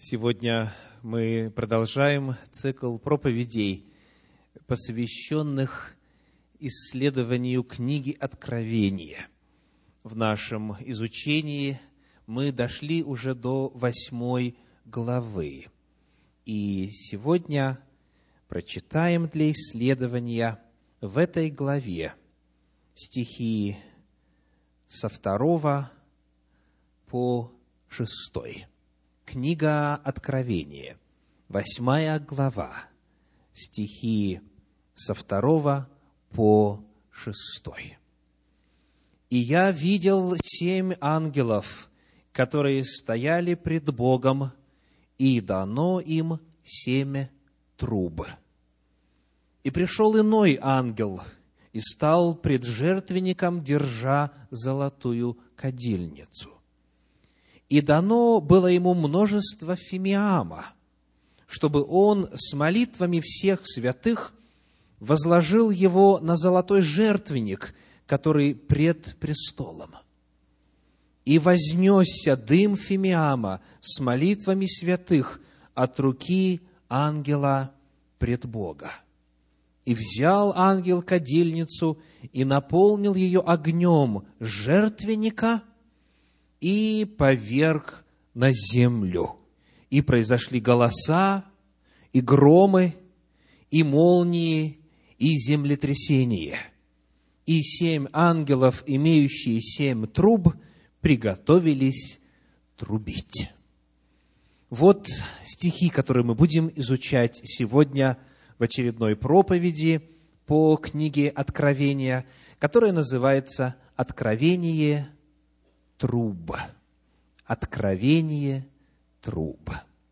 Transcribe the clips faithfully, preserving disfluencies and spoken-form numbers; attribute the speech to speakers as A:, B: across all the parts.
A: Сегодня мы продолжаем цикл проповедей, посвященных исследованию книги Откровения. В нашем изучении мы дошли уже до восьмой главы. И сегодня прочитаем для исследования в этой главе стихи со второго по шестой. Книга Откровения, восьмая глава, стихи со второго по шестой. «И я видел семь ангелов, которые стояли пред Богом, и дано им семь труб. И пришел иной ангел, и стал пред жертвенником, держа золотую кадильницу. И дано было ему множество фимиама, чтобы он с молитвами всех святых возложил его на золотой жертвенник, который пред престолом. И вознесся дым фимиама с молитвами святых от руки ангела пред Бога. И взял ангел кадильницу и наполнил ее огнем жертвенника, и поверг на землю. И произошли голоса, и громы, и молнии, и землетрясение. И семь ангелов, имеющие семь труб, приготовились трубить». Вот стихи, которые мы будем изучать сегодня в очередной проповеди по книге Откровения, которая называется «Откровение труб». Откровение труб.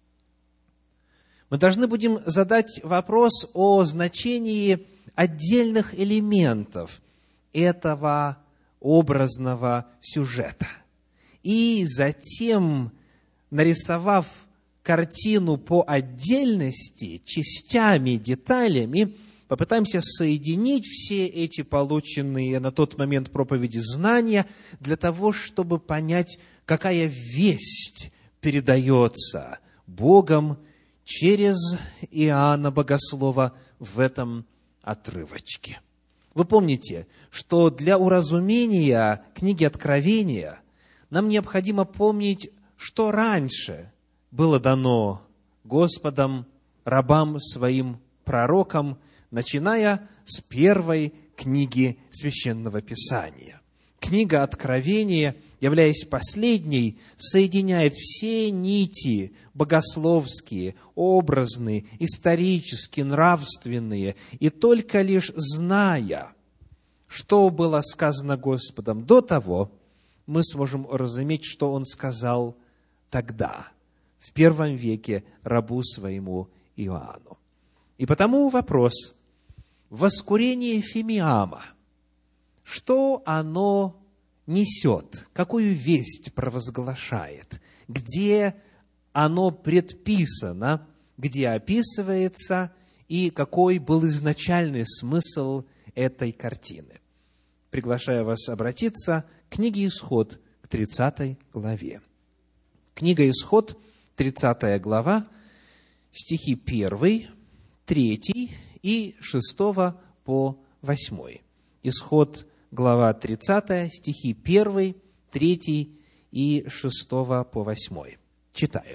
A: Мы должны будем задать вопрос о значении отдельных элементов этого образного сюжета. И затем, нарисовав картину по отдельности, частями, деталями, попытаемся соединить все эти полученные на тот момент проповеди знания для того, чтобы понять, какая весть передается Богом через Иоанна Богослова в этом отрывочке. Вы помните, что для уразумения книги Откровения нам необходимо помнить, что раньше было дано Господом рабам своим пророкам, начиная с первой книги Священного Писания. Книга Откровения, являясь последней, соединяет все нити богословские, образные, исторические, нравственные, и только лишь зная, что было сказано Господом до того, мы сможем разуметь, что Он сказал тогда, в первом веке, рабу своему Иоанну. И потому вопрос: воскурение фимиама, что оно несет, какую весть провозглашает, где оно предписано, где описывается и какой был изначальный смысл этой картины. Приглашаю вас обратиться к книге Исход, к тридцатой главе. Книга Исход, тридцатая глава, стихи первый, третий и шестого по восьмой. Исход, глава тридцатая, стихи первый, третий и шестого по восьмой. Читаем.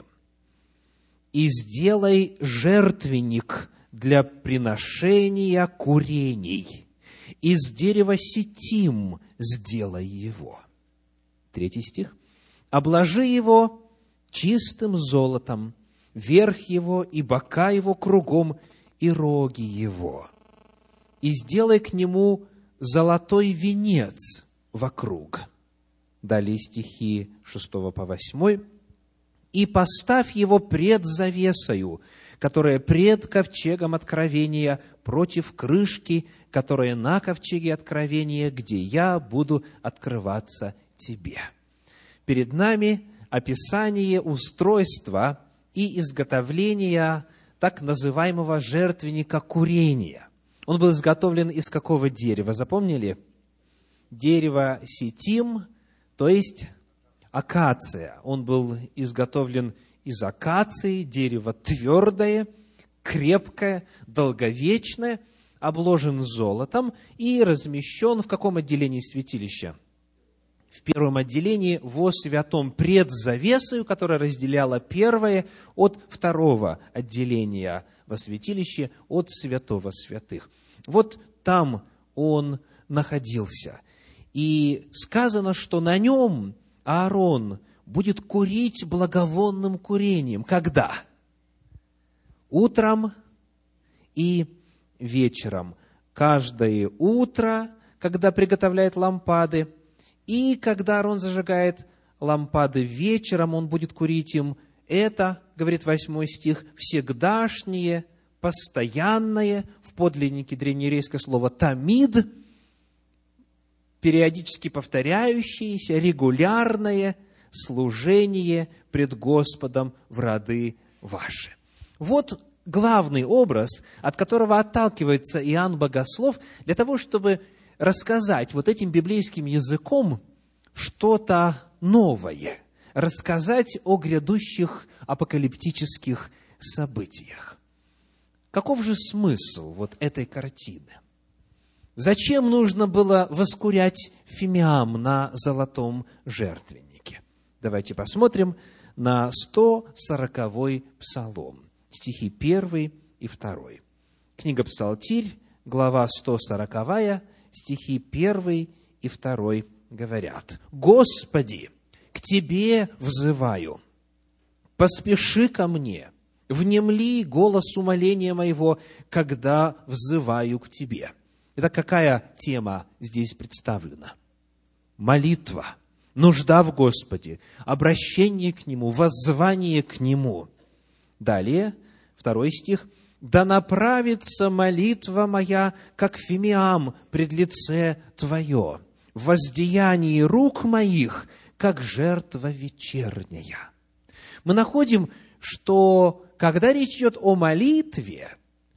A: «И сделай жертвенник для приношения курений, из дерева ситим сделай его». Третий стих. «Обложи его чистым золотом, верх его и бока его кругом, и роги его. И сделай к нему золотой венец вокруг». Далее стихи шестого по восьмой. «И поставь его пред завесою, которая пред ковчегом откровения, против крышки, которая на ковчеге откровения, где я буду открываться тебе». Перед нами описание устройства и изготовления так называемого жертвенника курения. Он был изготовлен из какого дерева? Запомнили? Дерево ситим, то есть акация. Он был изготовлен из акации, дерево твердое, крепкое, долговечное, обложен золотом и размещен в каком отделении святилища? В первом отделении во святом, пред завесою, которая разделяла первое от второго отделения во святилище, от святого святых. Вот там он находился. И сказано, что на нем Аарон будет курить благовонным курением. Когда? Утром и вечером. Каждое утро, когда приготовляет лампады, и когда Аарон зажигает лампады вечером, он будет курить им. Это, говорит восьмой стих, всегдашнее, постоянное, в подлиннике древнееврейское слово «тамид», периодически повторяющееся, регулярное служение пред Господом в роды ваши. Вот главный образ, от которого отталкивается Иоанн Богослов, для того, чтобы рассказать вот этим библейским языком что-то новое, рассказать о грядущих апокалиптических событиях. Каков же смысл вот этой картины? Зачем нужно было воскурять фимиам на золотом жертвеннике? Давайте посмотрим на сто сороковой псалом, стихи первый и второй. Книга Псалтирь, глава сто сороковая, стихи первый и второй говорят: «Господи, к Тебе взываю, поспеши ко мне, внемли голос умоления моего, когда взываю к Тебе». Итак, какая тема здесь представлена? Молитва, нужда в Господе, обращение к Нему, воззвание к Нему. Далее, второй стих. «Да направится молитва моя, как фимиам пред лице Твое, в воздеянии рук моих, как жертва вечерняя». Мы находим, что когда речь идет о молитве,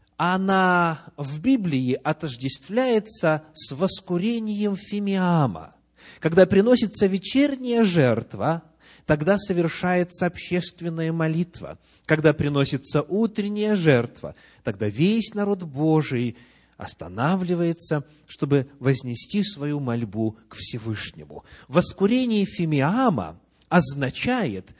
A: она в Библии отождествляется с воскурением фимиама. Когда приносится вечерняя жертва, тогда совершается общественная молитва. Когда приносится утренняя жертва, тогда весь народ Божий останавливается, чтобы вознести свою мольбу к Всевышнему. Воскурение фимиама означает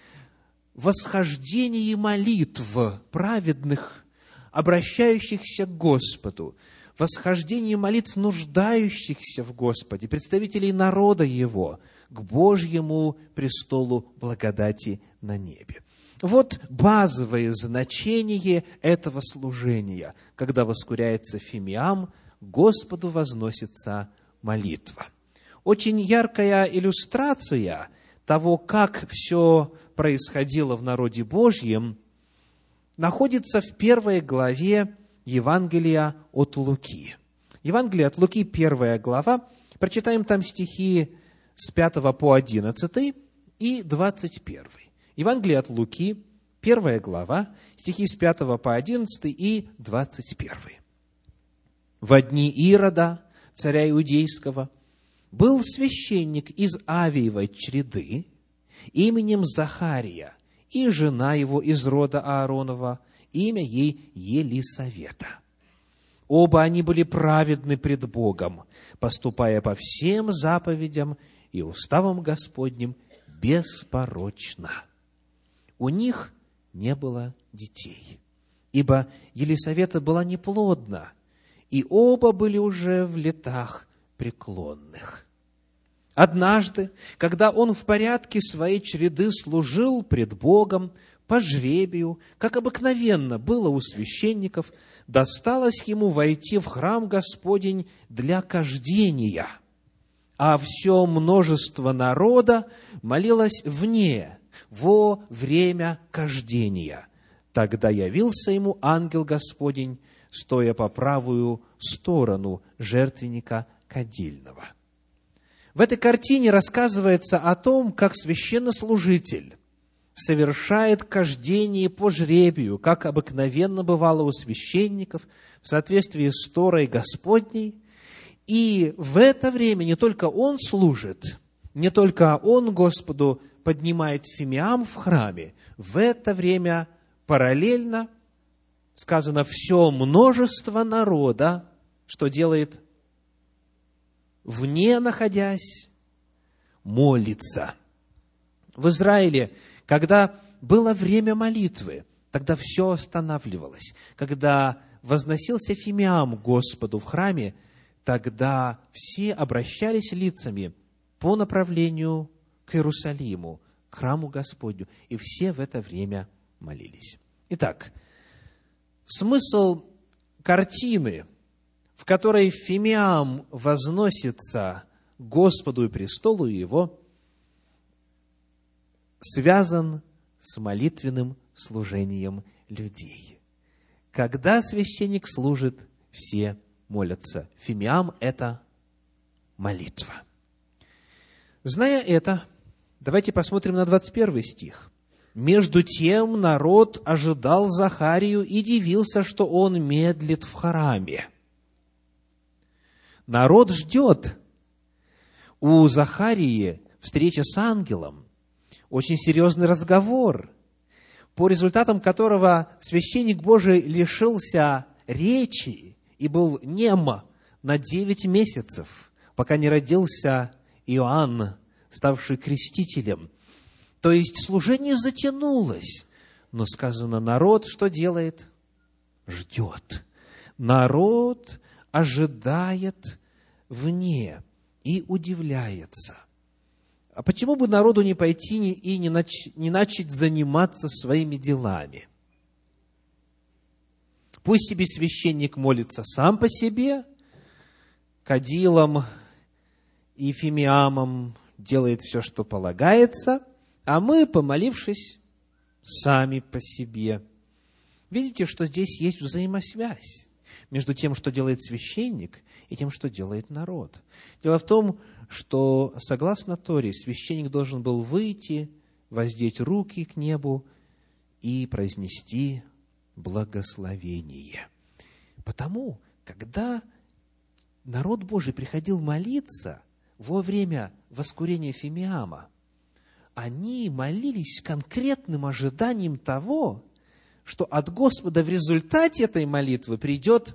A: восхождение молитв праведных, обращающихся к Господу, восхождение молитв нуждающихся в Господе, представителей народа Его, к Божьему престолу благодати на небе. Вот базовое значение этого служения. Когда воскуряется фимиам, Господу возносится молитва. Очень яркая иллюстрация того, как все происходило в народе Божьем, находится в первой главе Евангелия от Луки. Евангелие от Луки, первая глава. Прочитаем там стихи с пятого по одиннадцатый и двадцать первый. Евангелие от Луки, первая глава, стихи с пятого по одиннадцатый и двадцать первый. «Во дни Ирода, царя Иудейского, был священник из Авиевой чреды именем Захария, и жена его из рода Ааронова, имя ей Елисавета. Оба они были праведны пред Богом, поступая по всем заповедям и уставам Господним беспорочно. У них не было детей, ибо Елисавета была неплодна, и оба были уже в летах преклонных. Однажды, когда он в порядке своей чреды служил пред Богом по жребию, как обыкновенно было у священников, досталось ему войти в храм Господень для кождения, а все множество народа молилось вне, во время кождения. Тогда явился ему ангел Господень, стоя по правую сторону жертвенника кадильного». В этой картине рассказывается о том, как священнослужитель совершает кождение по жребию, как обыкновенно бывало у священников, в соответствии с Торой Господней. И в это время не только он служит, не только он Господу поднимает фимиам в храме, в это время параллельно, сказано, все множество народа, что делает? Вне находясь, молится. В Израиле, когда было время молитвы, тогда все останавливалось. Когда возносился фимиам Господу в храме, тогда все обращались лицами по направлению к Иерусалиму, к храму Господню, и все в это время молились. Итак, смысл картины, в которой фимиам возносится к Господу и престолу Его, связан с молитвенным служением людей. Когда священник служит, все молятся. Фимиам – это молитва. Зная это, давайте посмотрим на двадцать первый стих. «Между тем народ ожидал Захарию и дивился, что он медлит в храме». Народ ждет. У Захарии встреча с ангелом, очень серьезный разговор, по результатам которого священник Божий лишился речи и был нем на девять месяцев, пока не родился Иоанн, ставший крестителем. То есть служение затянулось, но сказано, народ что делает? Ждет. Народ ожидает вне и удивляется. А почему бы народу не пойти и не, нач- не начать заниматься своими делами? Пусть себе священник молится сам по себе, кадилом и фимиамом делает все, что полагается, а мы, помолившись, сами по себе. Видите, что здесь есть взаимосвязь между тем, что делает священник, и тем, что делает народ. Дело в том, что, согласно Торе, священник должен был выйти, воздеть руки к небу и произнести благословение. Потому, когда народ Божий приходил молиться во время воскурения фимиама, они молились с конкретным ожиданием того, что от Господа в результате этой молитвы придет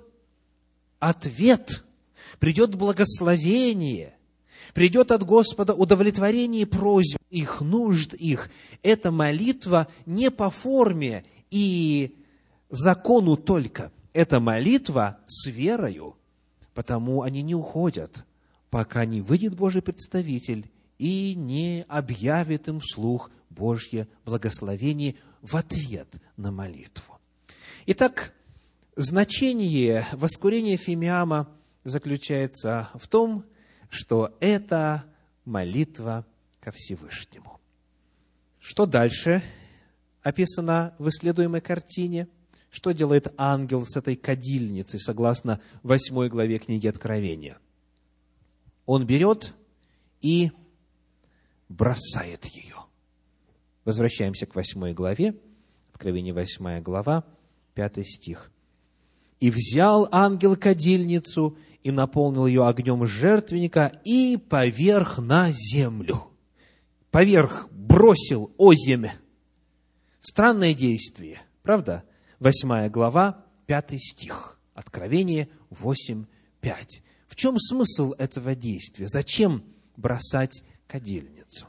A: ответ, придет благословение, придет от Господа удовлетворение просьб их, нужд их. Эта молитва не по форме и закону только. Это молитва с верою, потому они не уходят, пока не выйдет Божий представитель и не объявит им вслух Божье благословение в ответ на молитву. Итак, значение воскурения фимиама заключается в том, что это молитва ко Всевышнему. Что дальше описано в исследуемой картине? Что делает ангел с этой кадильницей, согласно восьмой главе книги Откровения? Он берет и бросает ее. Возвращаемся к восьмой главе, Откровение восьмая глава, пятый стих. «И взял ангел кадильницу, и наполнил ее огнем жертвенника, и поверх на землю». Поверх бросил озимь. Странное действие, правда? Восьмая глава, пятый стих. Откровение восемь, пять. В чем смысл этого действия? Зачем бросать кадильницу?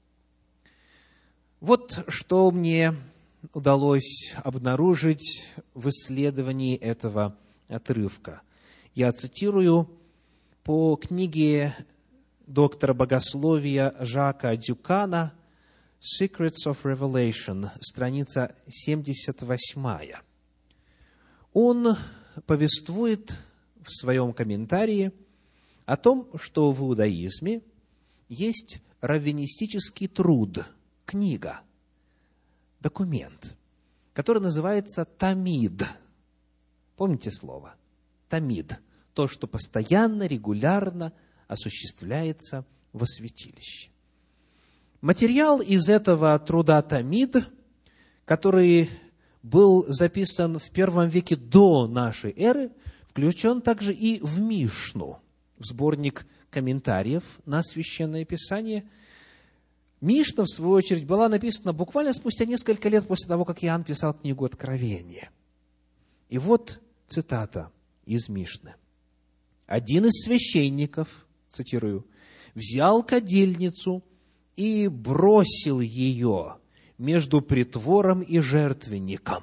A: Вот что мне удалось обнаружить в исследовании этого отрывка. Я цитирую по книге доктора богословия Жака Дюкана «Secrets of Revelation», страница семьдесят восьмая. Он повествует в своем комментарии о том, что в иудаизме есть раввинистический труд, книга, документ, который называется «Тамид». Помните слово? «Тамид». То, что постоянно, регулярно осуществляется во святилище. Материал из этого труда «Тамид», который был записан в первом веке до нашей эры, включен также и в Мишну, в сборник комментариев на Священное Писание. Мишна, в свою очередь, была написана буквально спустя несколько лет после того, как Иоанн писал книгу Откровения. И вот цитата из Мишны. «Один из священников, цитирую, взял кадильницу и бросил ее между притвором и жертвенником.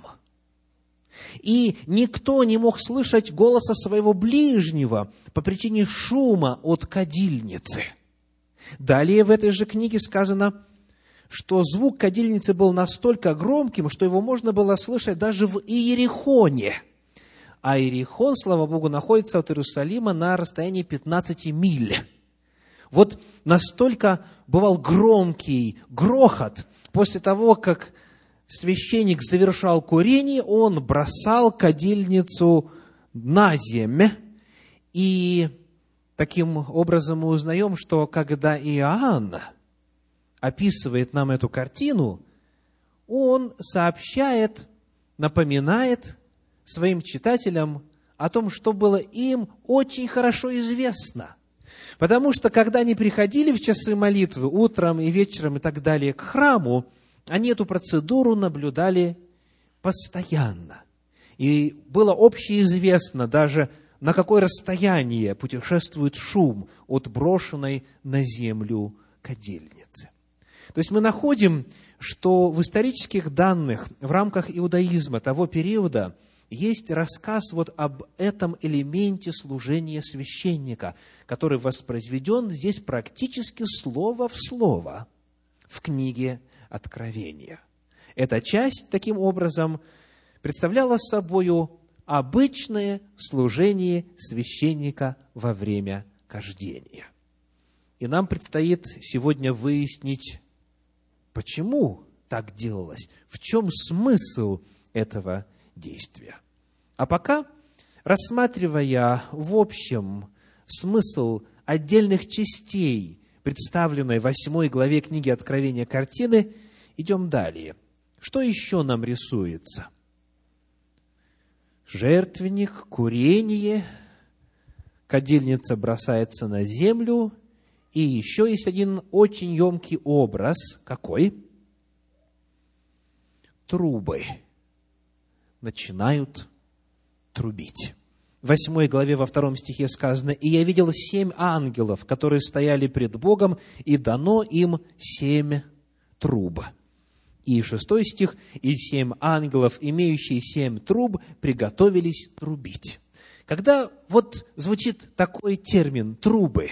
A: И никто не мог слышать голоса своего ближнего по причине шума от кадильницы». Далее в этой же книге сказано, что звук кадильницы был настолько громким, что его можно было слышать даже в Иерихоне. А Иерихон, слава Богу, находится от Иерусалима на расстоянии пятнадцати миль. Вот настолько бывал громкий грохот. После того, как священник завершал курение, он бросал кадильницу на землю. И таким образом мы узнаем, что когда Иоанн описывает нам эту картину, он сообщает, напоминает своим читателям о том, что было им очень хорошо известно. Потому что, когда они приходили в часы молитвы утром и вечером и так далее к храму, они эту процедуру наблюдали постоянно. И было общеизвестно даже, на какое расстояние путешествует шум от брошенной на землю кадильницы. То есть мы находим, что в исторических данных в рамках иудаизма того периода есть рассказ вот об этом элементе служения священника, который воспроизведен здесь практически слово в слово в книге Откровения. Эта часть, таким образом, представляла собою обычное служение священника во время кождения. И нам предстоит сегодня выяснить, почему так делалось, в чем смысл этого действия. А пока, рассматривая в общем смысл отдельных частей, представленной в восьмой главе книги Откровения картины, идем далее. Что еще нам рисуется? Жертвенник, курение, кадильница бросается на землю, и еще есть один очень емкий образ. Какой? Трубы начинают трубить. В восьмой главе во втором стихе сказано: «И я видел семь ангелов, которые стояли пред Богом, и дано им семь труб». И шестой стих: «И семь ангелов, имеющие семь труб, приготовились трубить». Когда вот звучит такой термин «трубы»,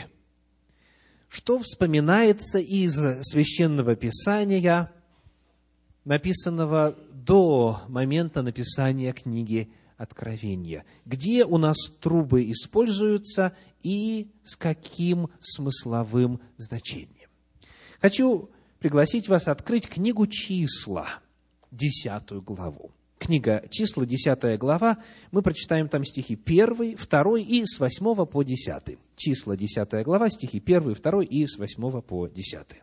A: что вспоминается из Священного Писания, написанного до момента написания книги Откровения? Где у нас трубы используются и с каким смысловым значением? Хочу пригласить вас открыть книгу «Числа», десятую главу. Книга «Числа», десятая глава, мы прочитаем там стихи первый, второй и с восьмого по десятый. Числа, десятая глава, стихи первый, второй и с восьмого по десятый.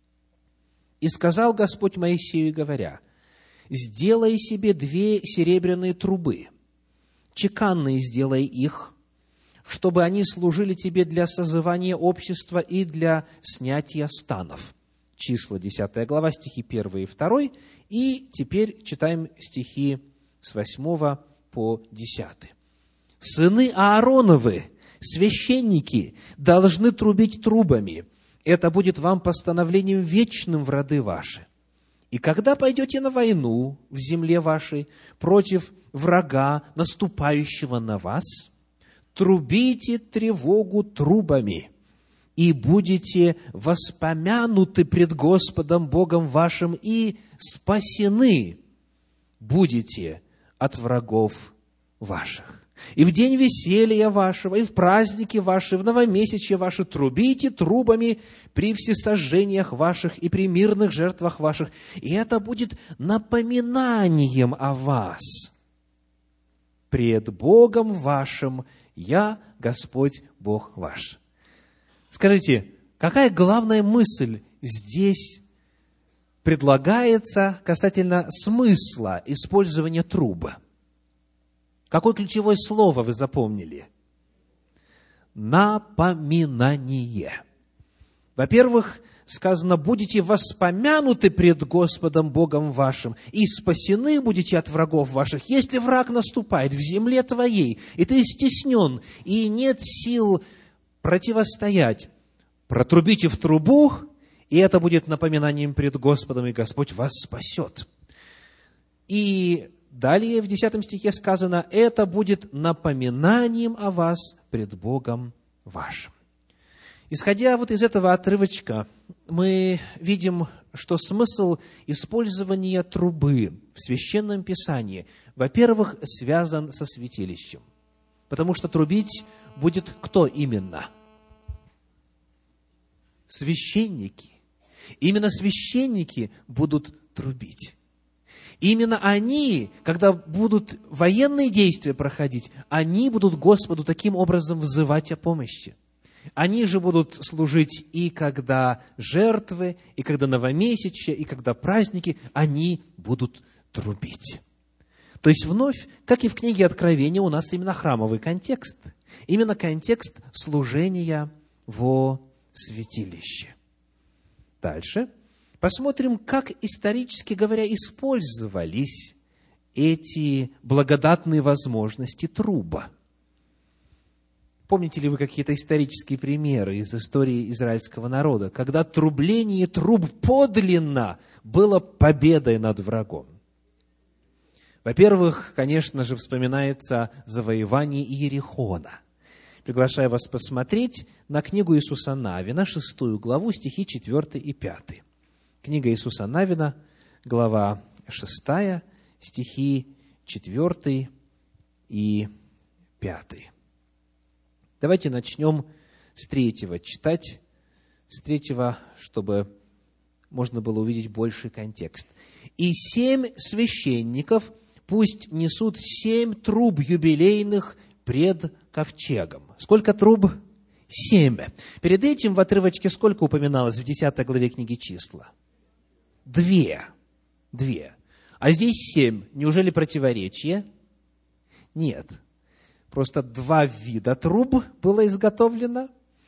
A: «И сказал Господь Моисею, говоря: сделай себе две серебряные трубы, чеканные сделай их, чтобы они служили тебе для созывания общества и для снятия станов». Числа, десятая глава, стихи первый и второй. И теперь читаем стихи с восьмого по десятый. «Сыны Аароновы, священники, должны трубить трубами. Это будет вам постановлением вечным в роды ваши. И когда пойдете на войну в земле вашей против врага, наступающего на вас, трубите тревогу трубами, и будете воспомянуты пред Господом Богом вашим, и спасены будете от врагов ваших. И в день веселья вашего, и в праздники ваши, в новомесячье ваши трубите трубами при всесожжениях ваших и при мирных жертвах ваших, и это будет напоминанием о вас пред Богом вашим, я Господь Бог ваш». Скажите, какая главная мысль здесь предлагается касательно смысла использования труб? Какое ключевое слово вы запомнили? Напоминание. Во-первых, сказано: будете воспомянуты пред Господом Богом вашим, и спасены будете от врагов ваших. Если враг наступает в земле твоей, и ты стеснен, и нет сил противостоять, протрубите в трубу, и это будет напоминанием пред Господом, и Господь вас спасет. И далее в десятом стихе сказано: это будет напоминанием о вас пред Богом вашим. Исходя вот из этого отрывочка, мы видим, что смысл использования трубы в Священном Писании, во-первых, связан со святилищем. Потому что трубить будет кто именно? Священники. Именно священники будут трубить. Именно они, когда будут военные действия проходить, они будут Господу таким образом взывать о помощи. Они же будут служить и когда жертвы, и когда новомесячья, и когда праздники, они будут трубить. То есть вновь, как и в книге Откровения, у нас именно храмовый контекст. Именно контекст служения во святилище. Дальше посмотрим, как, исторически говоря, использовались эти благодатные возможности труба. Помните ли вы какие-то исторические примеры из истории израильского народа, когда трубление труб подлинно было победой над врагом? Во-первых, конечно же, вспоминается завоевание Иерихона. Приглашаю вас посмотреть на книгу Иисуса Навина, шестую главу, стихи четвёртый и пятый. Книга Иисуса Навина, глава шестая, стихи четвёртый и пятый. Давайте начнем с третьего читать, с третьего, чтобы можно было увидеть больший контекст. «И семь священников пусть несут семь труб юбилейных пред ковчегом». Сколько труб? Семь. Перед этим в отрывочке сколько упоминалось в десятой главе книги Числа? Две. Две. А здесь семь. Неужели противоречие? Нет. Просто два вида труб было изготовлено,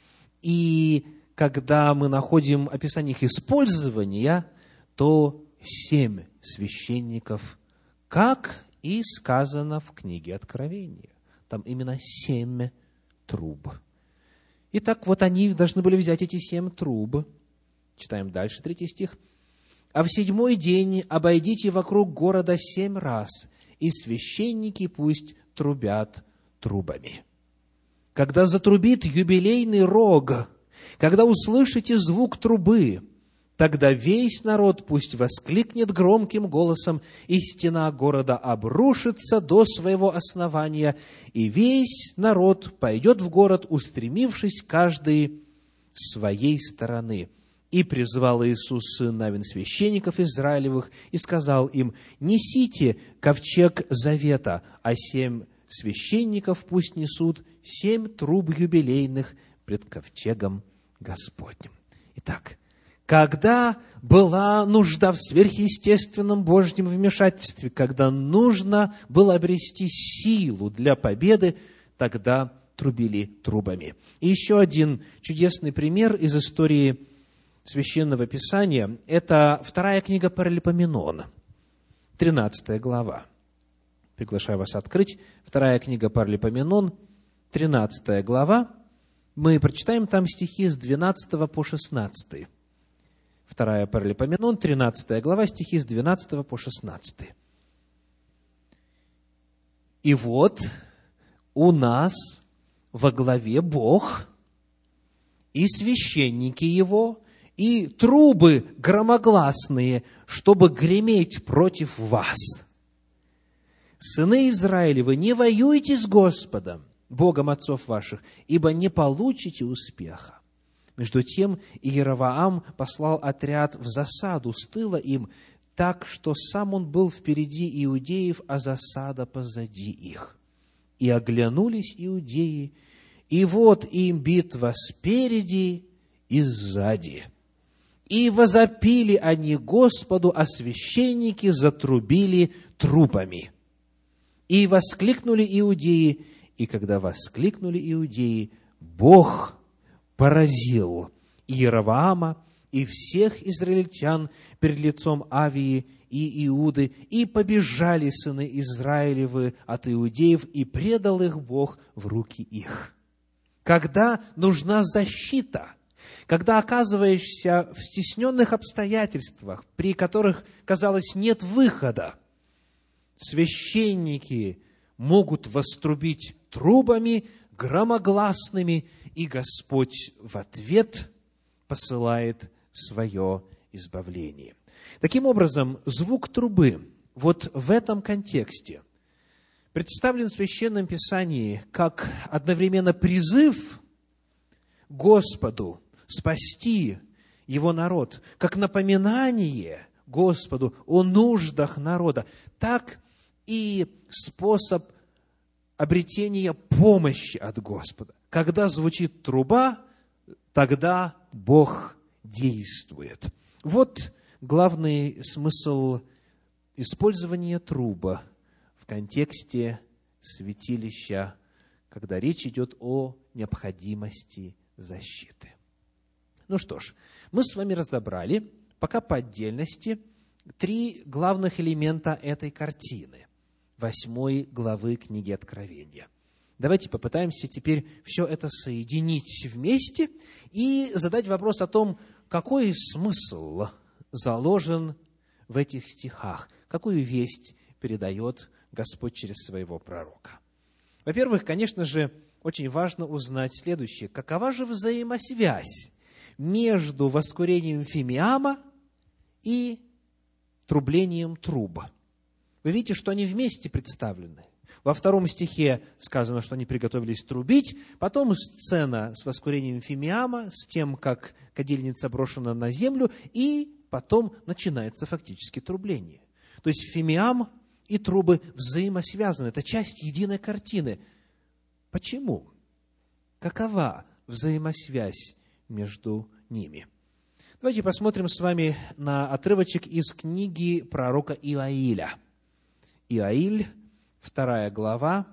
A: и когда мы находим описание их использования, то семь священников, как и сказано в книге Откровения. Там именно семь труб. Итак, вот они должны были взять эти семь труб. Читаем дальше, третий стих. «А в седьмой день обойдите вокруг города семь раз, и священники пусть трубят трубами. Когда затрубит юбилейный рог, когда услышите звук трубы, тогда весь народ пусть воскликнет громким голосом, и стена города обрушится до своего основания, и весь народ пойдет в город, устремившись каждый с своей стороны. И призвал Иисус, сын Навин, священников Израилевых, и сказал им: несите ковчег завета, а семь священников пусть несут семь труб юбилейных пред ковчегом Господним». Итак, когда была нужда в сверхъестественном Божьем вмешательстве, когда нужно было обрести силу для победы, тогда трубили трубами. И еще один чудесный пример из истории Священного Писания – это вторая книга Паралипоменона, тринадцатая глава. Приглашаю вас открыть. Вторая книга Паралипоменон, тринадцатая глава. Мы прочитаем там стихи с двенадцатого по шестнадцатый. Вторая Паралипоменон, тринадцатая глава, стихи с двенадцатого по шестнадцатый. «И вот у нас во главе Бог, и священники Его, и трубы громогласные, чтобы греметь против вас. Сыны Израилевы, не воюйте с Господом, Богом отцов ваших, ибо не получите успеха». Между тем Иеровоам послал отряд в засаду с тыла им, так что сам он был впереди иудеев, а засада позади их. И оглянулись иудеи, и вот им битва спереди и сзади. И возопили они Господу, а священники затрубили трубами. И воскликнули иудеи, и когда воскликнули иудеи, Бог поразил Иеровоама и всех израильтян перед лицом Авии и Иуды, и побежали сыны Израилевы от иудеев, и предал их Бог в руки их». Когда нужна защита, когда оказываешься в стесненных обстоятельствах, при которых, казалось, нет выхода, священники могут вострубить трубами громогласными, и Господь в ответ посылает свое избавление. Таким образом, звук трубы вот в этом контексте представлен в Священном Писании как одновременно призыв Господу спасти Его народ, как напоминание Господу о нуждах народа, так и способ обретения помощи от Господа. Когда звучит труба, тогда Бог действует. Вот главный смысл использования труба в контексте святилища, когда речь идет о необходимости защиты. Ну что ж, мы с вами разобрали, пока по отдельности, три главных элемента этой картины, восьмой главы книги Откровения. Давайте попытаемся теперь все это соединить вместе и задать вопрос о том, какой смысл заложен в этих стихах, какую весть передает Господь через своего пророка. Во-первых, конечно же, очень важно узнать следующее. Какова же взаимосвязь между воскурением фимиама и трублением труба? Вы видите, что они вместе представлены. Во втором стихе сказано, что они приготовились трубить, потом сцена с воскурением фимиама, с тем, как кадильница брошена на землю, и потом начинается фактически трубление. То есть фимиам и трубы взаимосвязаны, это часть единой картины. Почему? Какова взаимосвязь между ними? Давайте посмотрим с вами на отрывочек из книги пророка Иоиля. Иоиль, вторая глава,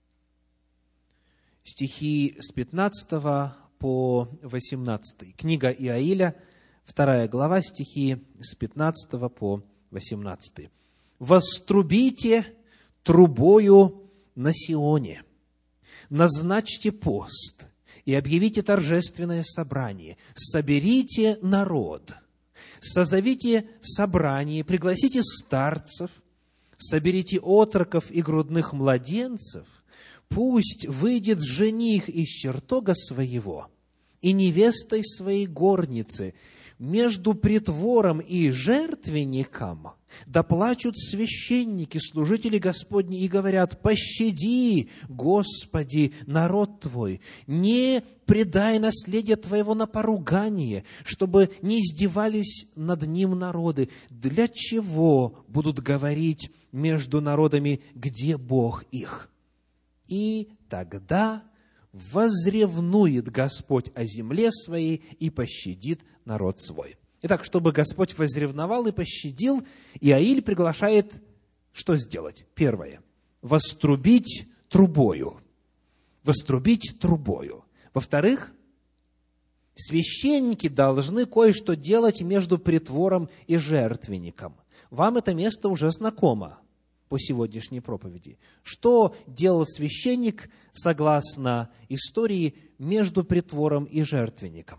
A: стихи с пятнадцатого по восемнадцатый. Книга Иоиля, вторая глава, стихи с пятнадцатого по восемнадцатый. «Вострубите трубою на Сионе, назначьте пост и объявите торжественное собрание, соберите народ, созовите собрание, пригласите старцев, соберите отроков и грудных младенцев, пусть выйдет жених из чертога своего и невестой своей горницы, между притвором и жертвенником да плачут священники, служители Господни, и говорят: пощади, Господи, народ Твой, не предай наследие Твоего на поругание, чтобы не издевались над ним народы. Для чего будут говорить между народами, где Бог их? И тогда возревнует Господь о земле своей и пощадит народ свой». Итак, чтобы Господь возревновал и пощадил, Иоиль приглашает что сделать? Первое. Вострубить трубою. Вострубить трубою. Во-вторых, священники должны кое-что делать между притвором и жертвенником. Вам это место уже знакомо по сегодняшней проповеди. Что делал священник, согласно истории, между притвором и жертвенником?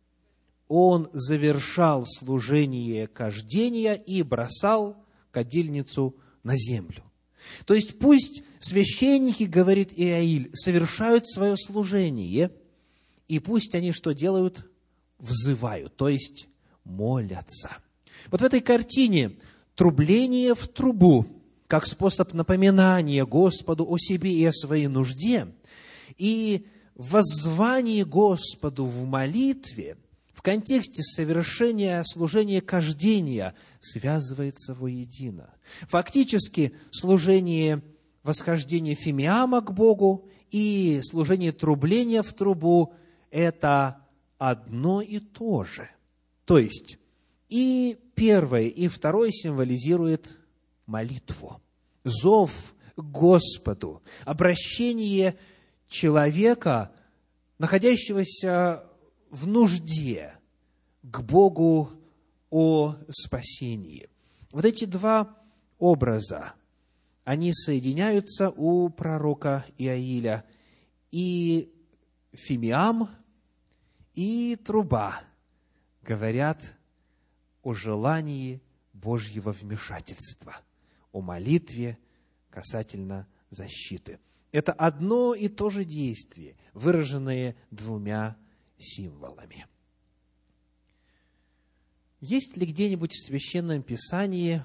A: Он завершал служение кождения и бросал кадильницу на землю. То есть пусть священники, говорит Иоиль, совершают свое служение, и пусть они что делают? Взывают, то есть молятся. Вот в этой картине трубление в трубу, как способ напоминания Господу о себе и о своей нужде, и воззвание Господу в молитве в контексте совершения служения кождения связывается воедино. Фактически служение восхождения фимиама к Богу и служение трубления в трубу – это одно и то же. То есть и первое, и второе символизирует молитву, зов к Господу, обращение человека, находящегося в нужде, к Богу о спасении. Вот эти два образа, они соединяются у пророка Иаиля. И фимиам, и труба говорят о желании Божьего вмешательства, о молитве касательно защиты. Это одно и то же действие, выраженное двумя символами. Есть ли где-нибудь в Священном Писании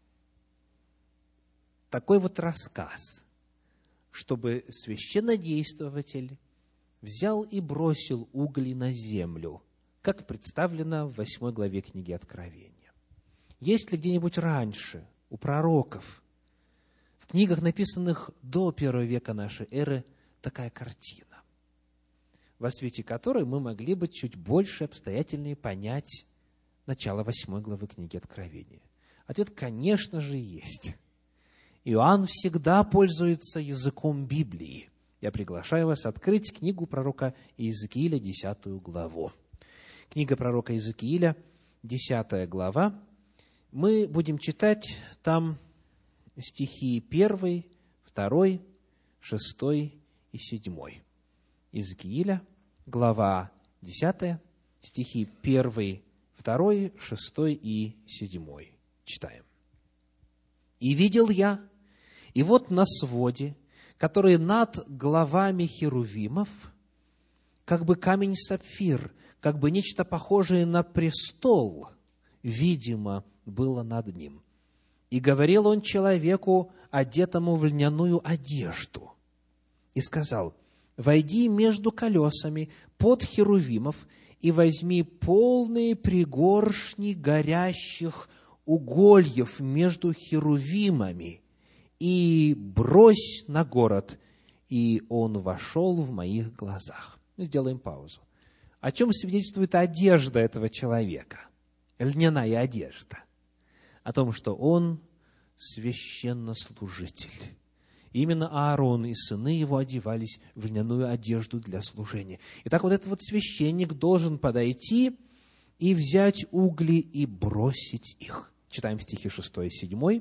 A: такой вот рассказ, чтобы священнодействователь взял и бросил угли на землю, как представлено в восьмой главе книги Откровения? Есть ли где-нибудь раньше, у пророков, в книгах, написанных до первого века нашей эры, такая картина, во свете которой мы могли бы чуть больше обстоятельнее понять начало восьмой главы книги Откровения? Ответ, конечно же, есть. Иоанн всегда пользуется языком Библии. Я приглашаю вас открыть книгу пророка Иезекииля, десятую главу. Книга пророка Иезекииля, десятая глава. Мы будем читать там стихи первый, второй, шестой и седьмой. Иезекииля, глава десятая, стихи первый, второй, шестой и седьмой. Читаем. «И видел я, и вот на своде, который над главами херувимов, как бы камень-сапфир, как бы нечто похожее на престол, видимо, было над ним. И говорил он человеку, одетому в льняную одежду, и сказал: войди между колесами под херувимов и возьми полные пригоршни горящих угольев между херувимами и брось на город. И он вошел в моих глазах». Сделаем паузу. О чем свидетельствует одежда этого человека? Льняная одежда. О том, что он священнослужитель. Именно Аарон и сыны его одевались в льняную одежду для служения. Итак, вот этот вот священник должен подойти и взять угли и бросить их. Читаем стихи шестой и седьмой.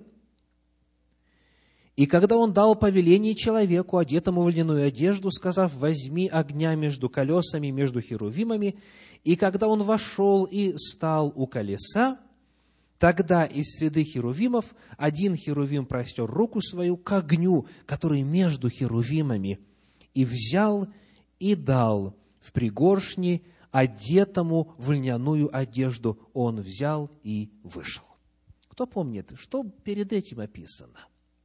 A: «И когда он дал повеление человеку, одетому в льняную одежду, сказав: возьми огня между колесами, между херувимами, и когда он вошел и стал у колеса, тогда из среды херувимов один херувим простер руку свою к огню, который между херувимами, и взял и дал в пригоршни одетому в льняную одежду. Он взял и вышел». Кто помнит, что перед этим описано?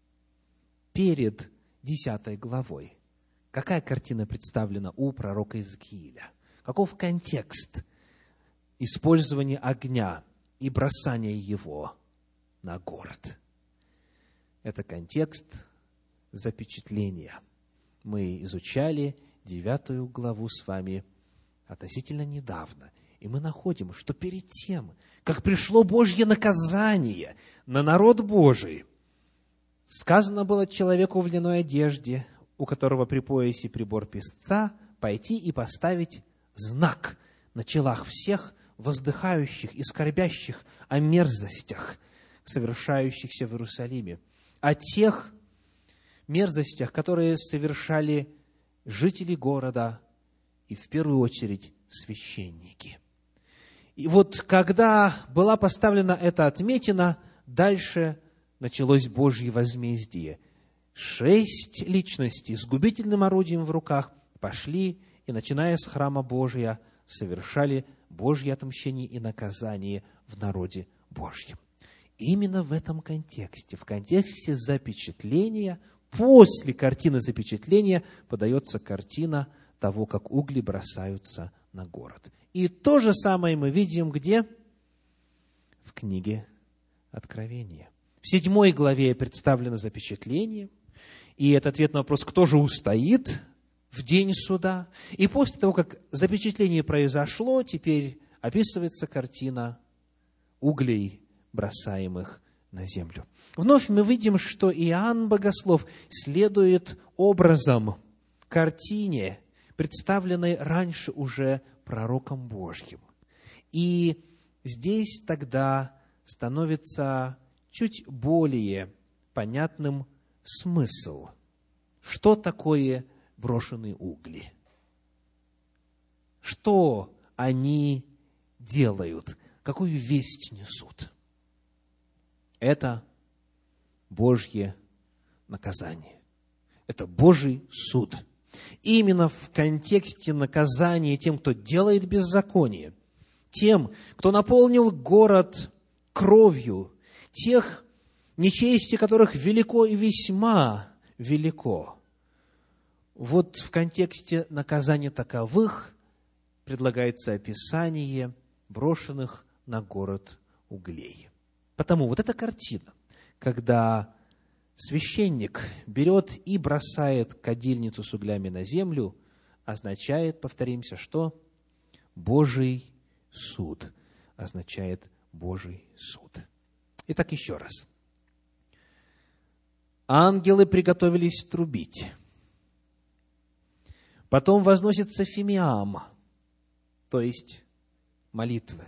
A: Перед десятой главой. Какая картина представлена у пророка Иезекииля? Каков контекст использования огня и бросания его на город? Это контекст запечатления. Мы изучали девятую главу с вами относительно недавно, и мы находим, что перед тем, как пришло Божье наказание на народ Божий, сказано было человеку в льняной одежде, у которого при поясе прибор песца, пойти и поставить знак на челах всех воздыхающих и скорбящих о мерзостях, совершающихся в Иерусалиме, о тех мерзостях, которые совершали жители города и, в первую очередь, священники. И вот когда была поставлена эта отметина, дальше началось Божье возмездие. Шесть личностей с губительным орудием в руках пошли и, начиная с храма Божия, совершали Божье отмщение и наказание в народе Божьем. Именно в этом контексте, в контексте запечатления, после картины запечатления подается картина того, как угли бросаются на город. И то же самое мы видим где? В книге Откровения. В седьмой главе представлено запечатление, и это ответ на вопрос, кто же устоит в день суда. И после того, как запечатление произошло, теперь описывается картина углей, бросаемых на землю. Вновь мы видим, что Иоанн Богослов следует образом, картине, представленной раньше уже пророком Божьим. И здесь тогда становится чуть более понятным смысл. Что такое брошенные угли? Что они делают? Какую весть несут? Это Божье наказание. Это Божий суд. Именно в контексте наказания тем, кто делает беззаконие, тем, кто наполнил город кровью, тех, нечестие которых велико и весьма велико. Вот в контексте наказания таковых предлагается описание брошенных на город углей. Потому вот эта картина, когда священник берет и бросает кадильницу с углями на землю, означает, повторимся, что? Божий суд. Означает Божий суд. Итак, еще раз. Ангелы приготовились трубить. Потом возносится фимиам, то есть молитвы.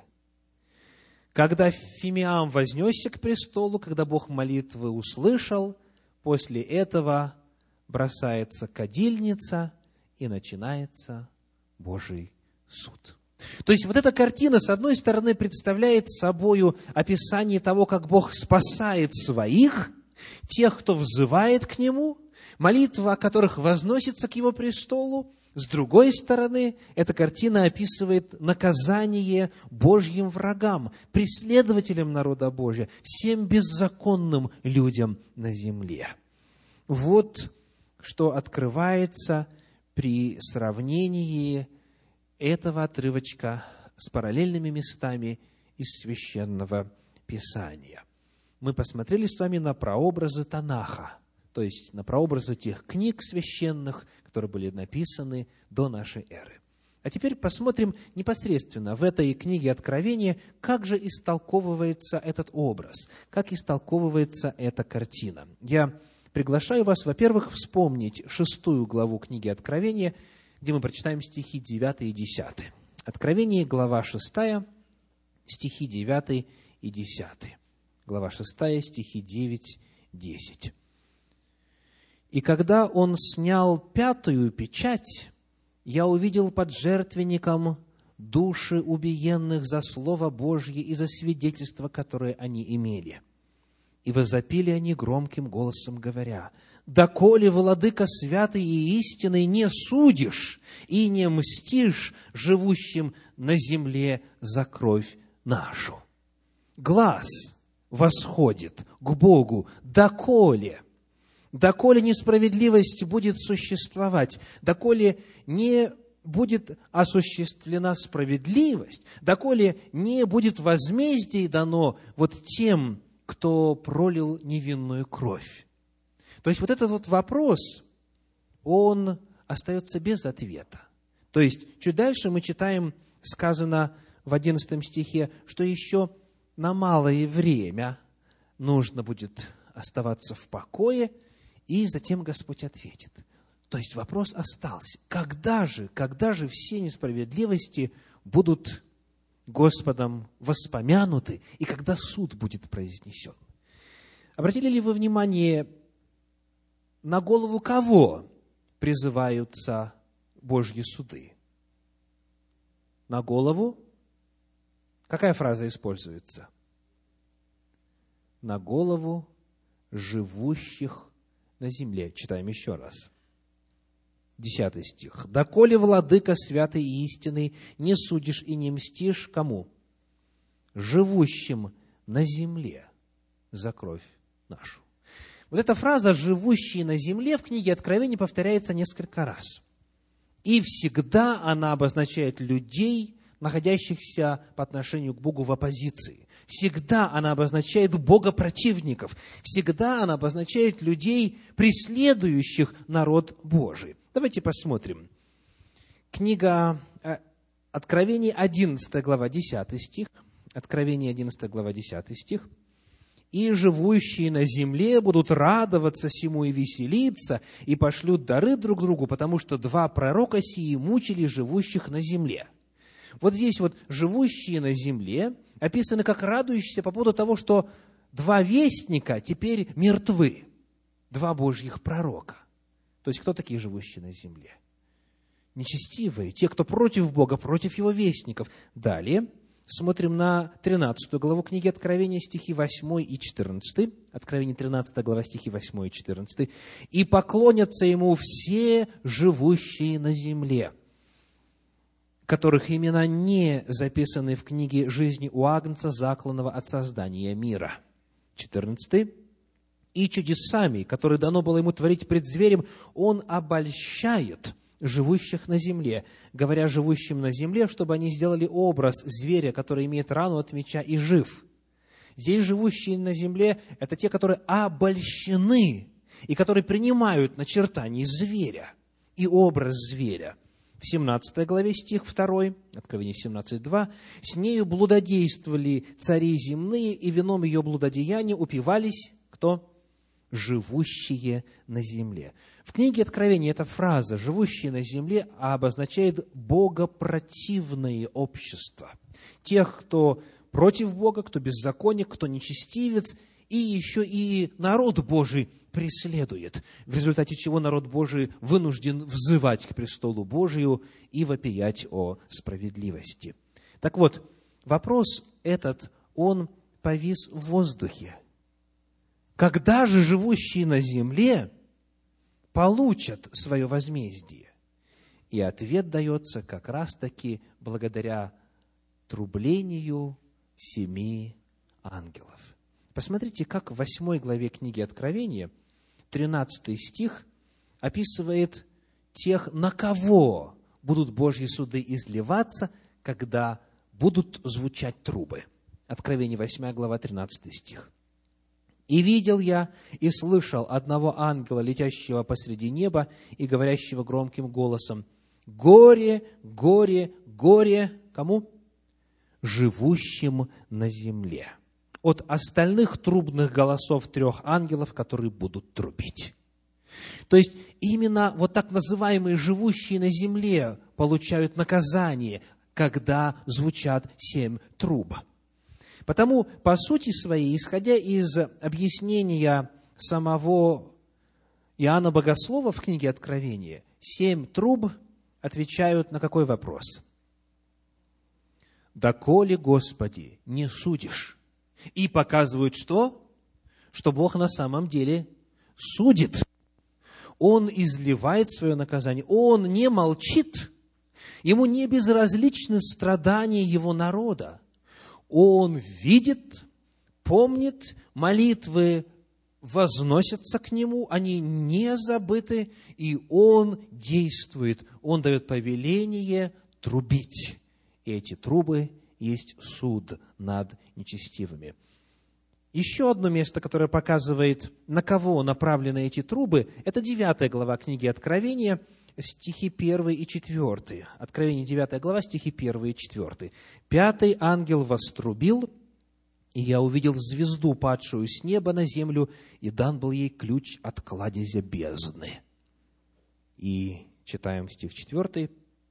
A: Когда фимиам вознесся к престолу, когда Бог молитвы услышал, после этого бросается кадильница и начинается Божий суд. То есть вот эта картина, с одной стороны, представляет собою описание того, как Бог спасает своих, тех, кто взывает к Нему, молитва о которых возносится к Его престолу. С другой стороны, эта картина описывает наказание Божьим врагам, преследователям народа Божия, всем беззаконным людям на земле. Вот что открывается при сравнении этого отрывочка с параллельными местами из Священного Писания. Мы посмотрели с вами на прообразы Танаха, то есть на прообразы тех книг священных, которые были написаны до нашей эры. А теперь посмотрим непосредственно в этой книге Откровения, как же истолковывается этот образ, как истолковывается эта картина. Я приглашаю вас, во-первых, вспомнить шестую главу книги Откровения, где мы прочитаем стихи девятый и десятый. Откровение, глава шестая, стихи девятый и десятый. Глава шестая, стихи девять и десять. «И когда он снял пятую печать, я увидел под жертвенником души убиенных за Слово Божье и за свидетельство, которое они имели. И возопили они громким голосом, говоря: «Доколе, владыка святый и истинный, не судишь и не мстишь живущим на земле за кровь нашу». Глаз восходит к Богу. Доколе? Доколе несправедливость будет существовать, доколе не будет осуществлена справедливость, доколе не будет возмездие дано вот тем, кто пролил невинную кровь. То есть вот этот вот вопрос, он остается без ответа. То есть чуть дальше мы читаем, сказано в одиннадцатом стихе, что еще на малое время нужно будет оставаться в покое, и затем Господь ответит. То есть вопрос остался. Когда же, когда же все несправедливости будут Господом воспомянуты, и когда суд будет произнесен? Обратили ли вы внимание, на голову кого призываются Божьи суды? На голову? Какая фраза используется? На голову живущих на земле. Читаем еще раз. Десятый стих. «Доколе, владыка святый и истинный, не судишь и не мстишь» кому? Живущим на земле за кровь нашу. Вот эта фраза «живущие на земле» в книге Откровения повторяется несколько раз. И всегда она обозначает людей, находящихся по отношению к Богу в оппозиции. Всегда она обозначает богопротивников. Всегда она обозначает людей, преследующих народ Божий. Давайте посмотрим. Книга Откровение, одиннадцатая глава, десятый стих. Откровение, одиннадцатая глава, десятый стих. «И живущие на земле будут радоваться сему и веселиться, и пошлют дары друг другу, потому что два пророка сии мучили живущих на земле». Вот здесь вот живущие на земле описаны как радующиеся по поводу того, что два вестника теперь мертвы, два Божьих пророка. То есть, кто такие живущие на земле? Нечестивые, те, кто против Бога, против Его вестников. Далее смотрим на тринадцатую главу книги Откровения, стихи восьмой и четырнадцатый. Откровение тринадцатая глава, стихи восьмой и четырнадцатый. «И поклонятся Ему все живущие на земле, которых имена не записаны в книге жизни у Агнца, закланного от создания мира». четырнадцатый. «И чудесами, которые дано было Ему творить пред зверем, Он обольщает живущих на земле, говоря живущим на земле, чтобы они сделали образ зверя, который имеет рану от меча и жив». Здесь живущие на земле – это те, которые обольщены и которые принимают начертание зверя и образ зверя. В семнадцатой главе, стих два, Откровение семнадцать, два, «С нею блудодействовали цари земные, и вином ее блудодеяния упивались» кто? «Живущие на земле». В книге Откровения эта фраза «живущие на земле» обозначает богопротивное общество. Тех, кто против Бога, кто беззаконник, кто нечестивец, и еще и народ Божий преследует, в результате чего народ Божий вынужден взывать к престолу Божию и вопиять о справедливости. Так вот, вопрос этот, он повис в воздухе. Когда же живущие на земле получат свое возмездие? И ответ дается как раз-таки благодаря трублению семи ангелов. Посмотрите, как в восьмой главе книги Откровения, тринадцатый стих, описывает тех, на кого будут Божьи суды изливаться, когда будут звучать трубы. Откровение восьмая глава, тринадцатый стих. «И видел я, и слышал одного ангела, летящего посреди неба и говорящего громким голосом: горе, горе, горе» кому? «Живущим на земле» от остальных трубных голосов трех ангелов, которые будут трубить. То есть, именно вот так называемые живущие на земле получают наказание, когда звучат семь труб. Потому, по сути своей, исходя из объяснения самого Иоанна Богослова в книге Откровения, семь труб отвечают на какой вопрос? «Доколе, Господи, не судишь?» И показывают что? Что Бог на самом деле судит. Он изливает свое наказание. Он не молчит. Ему не безразличны страдания его народа. Он видит, помнит, молитвы возносятся к Нему, они не забыты, и Он действует. Он дает повеление трубить. И эти трубы есть суд над нечестивыми. Еще одно место, которое показывает, на кого направлены эти трубы, это девятая глава книги Откровения, стихи первый и четвертый. Откровение девятая глава, стихи первый и четвертый. «Пятый ангел вострубил, и я увидел звезду, падшую с неба на землю, и дан был ей ключ от кладезя бездны». И читаем стих четвертый.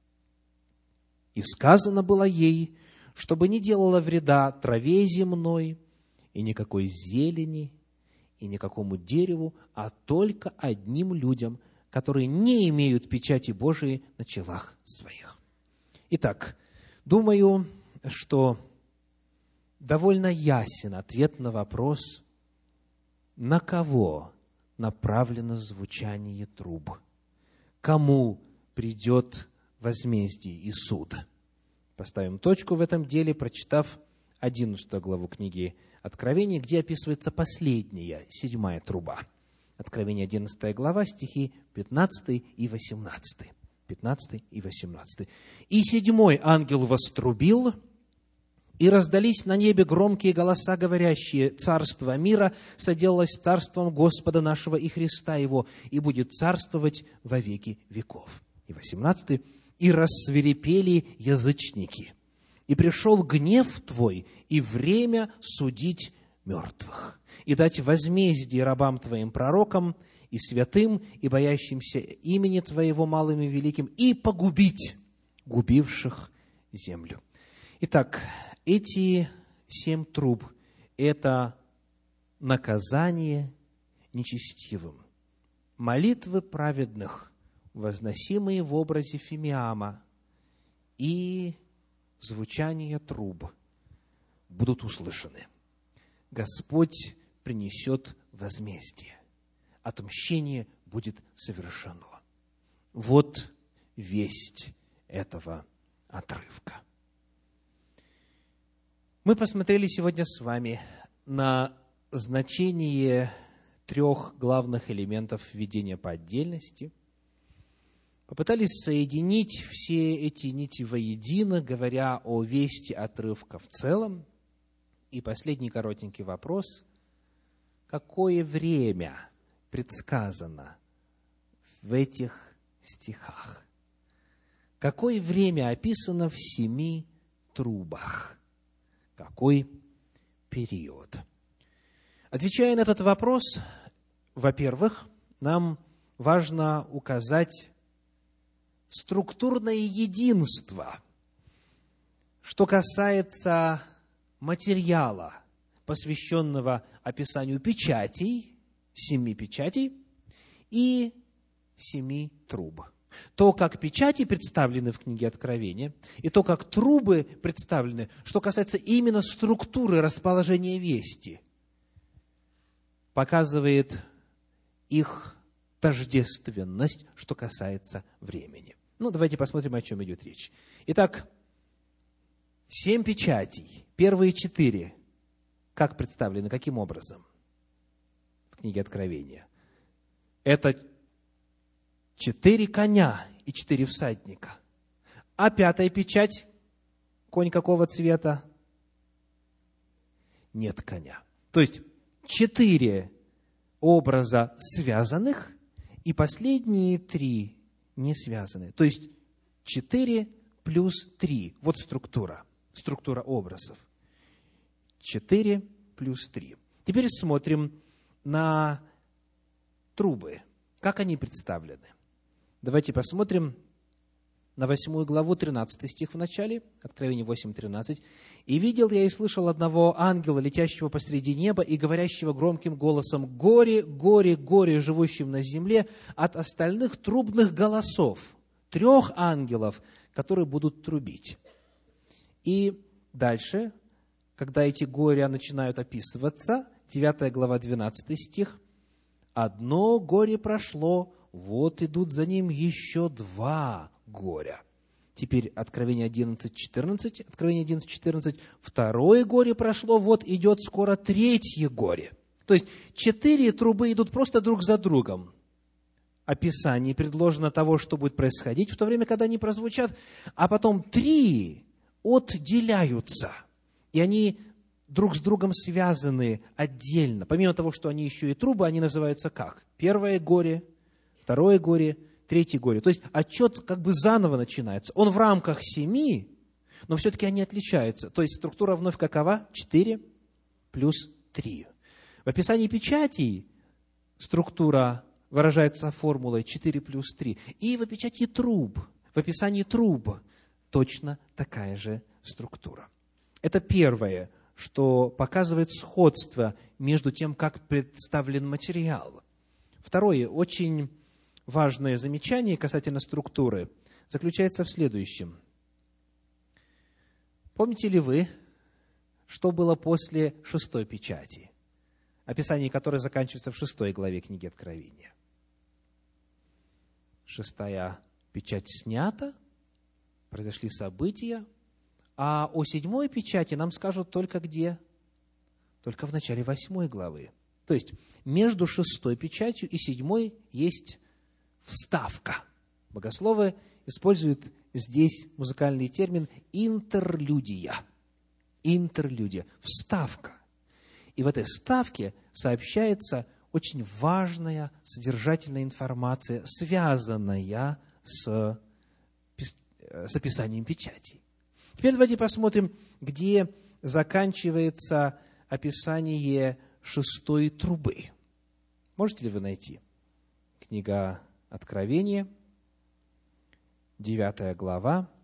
A: «И сказано было ей, чтобы не делала вреда траве земной, и никакой зелени, и никакому дереву, а только одним людям, которые не имеют печати Божией на челах своих». Итак, думаю, что довольно ясен ответ на вопрос, на кого направлено звучание труб, кому придет возмездие и суд. Поставим точку в этом деле, прочитав одиннадцатую главу книги Откровения, где описывается последняя, седьмая труба. Откровение одиннадцатая глава, стихи пятнадцатый и восемнадцатый. пятнадцатый и восемнадцатый. «И седьмой ангел вострубил, и раздались на небе громкие голоса, говорящие: царство мира соделалось царством Господа нашего и Христа Его, и будет царствовать во веки веков». И восемнадцатый. «И рассвирепели язычники, и пришел гнев Твой, и время судить мертвых, и дать возмездие рабам Твоим пророкам, и святым, и боящимся имени Твоего малым и великим, и погубить губивших землю. Итак, эти семь труб – это наказание нечестивым. Молитвы праведных, возносимые в образе фимиама, и звучание труб будут услышаны. Господь принесет возмездие. Отмщение будет совершено. Вот весть этого отрывка. Мы посмотрели сегодня с вами на значение трех главных элементов видения по отдельности. Попытались соединить все эти нити воедино, говоря о вести отрывка в целом. И последний коротенький вопрос. Какое время предсказано в этих стихах? Какое время описано в семи трубах? Какой период? Отвечая на этот вопрос, во-первых, нам важно указать структурное единство, что касается материала, посвященного описанию печатей, семи печатей и семи труб. То, как печати представлены в книге Откровения, и то, как трубы представлены, что касается именно структуры расположения вести, показывает их тождественность, что касается времени. Ну, давайте посмотрим, о чем идет речь. Итак, семь печатей, первые четыре, как представлены, каким образом в книге Откровения? Это четыре коня и четыре всадника. А пятая печать, конь какого цвета? Нет коня. То есть, четыре образа связанных, и последние три не связаны. То есть, четыре плюс три. Вот структура. Структура образов. четыре плюс три. Теперь смотрим на трубы. Как они представлены? Давайте посмотрим на восьмую главу, тринадцатый стих в начале, Откровение восемь тринадцать. «И видел я и слышал одного ангела, летящего посреди неба и говорящего громким голосом: горе, горе, горе живущим на земле от остальных трубных голосов, трех ангелов, которые будут трубить». И дальше, когда эти горя начинают описываться, девятая глава, двенадцатый стих, «Одно горе прошло, вот идут за ним еще два горя». Теперь Откровение одиннадцать четырнадцать, Откровение одиннадцать четырнадцать, «Второе горе прошло, вот идет скоро третье горе». То есть, четыре трубы идут просто друг за другом. Описание предложено того, что будет происходить в то время, когда они прозвучат, а потом три отделяются, и они друг с другом связаны отдельно. Помимо того, что они еще и трубы, они называются как? Первое горе, второе горе, третье горе. То есть отчет как бы заново начинается. Он в рамках семи, но все-таки они отличаются. То есть структура вновь какова? четыре плюс три. В описании печатей структура выражается формулой четыре плюс три. И в опечатии труб, в описании труб точно такая же структура. Это первое, что показывает сходство между тем, как представлен материал. Второе, очень важное замечание касательно структуры заключается в следующем. Помните ли вы, что было после шестой печати, описание которой заканчивается в шестой главе книги Откровения? Шестая печать снята, произошли события, а о седьмой печати нам скажут только где? Только в начале восьмой главы. То есть, между шестой печатью и седьмой есть вставка. Богословы используют здесь музыкальный термин интерлюдия. Интерлюдия. Вставка. И в этой вставке сообщается очень важная содержательная информация, связанная с, с описанием печати. Теперь давайте посмотрим, где заканчивается описание шестой трубы. Можете ли вы найти? Книга Откровения, девятая глава,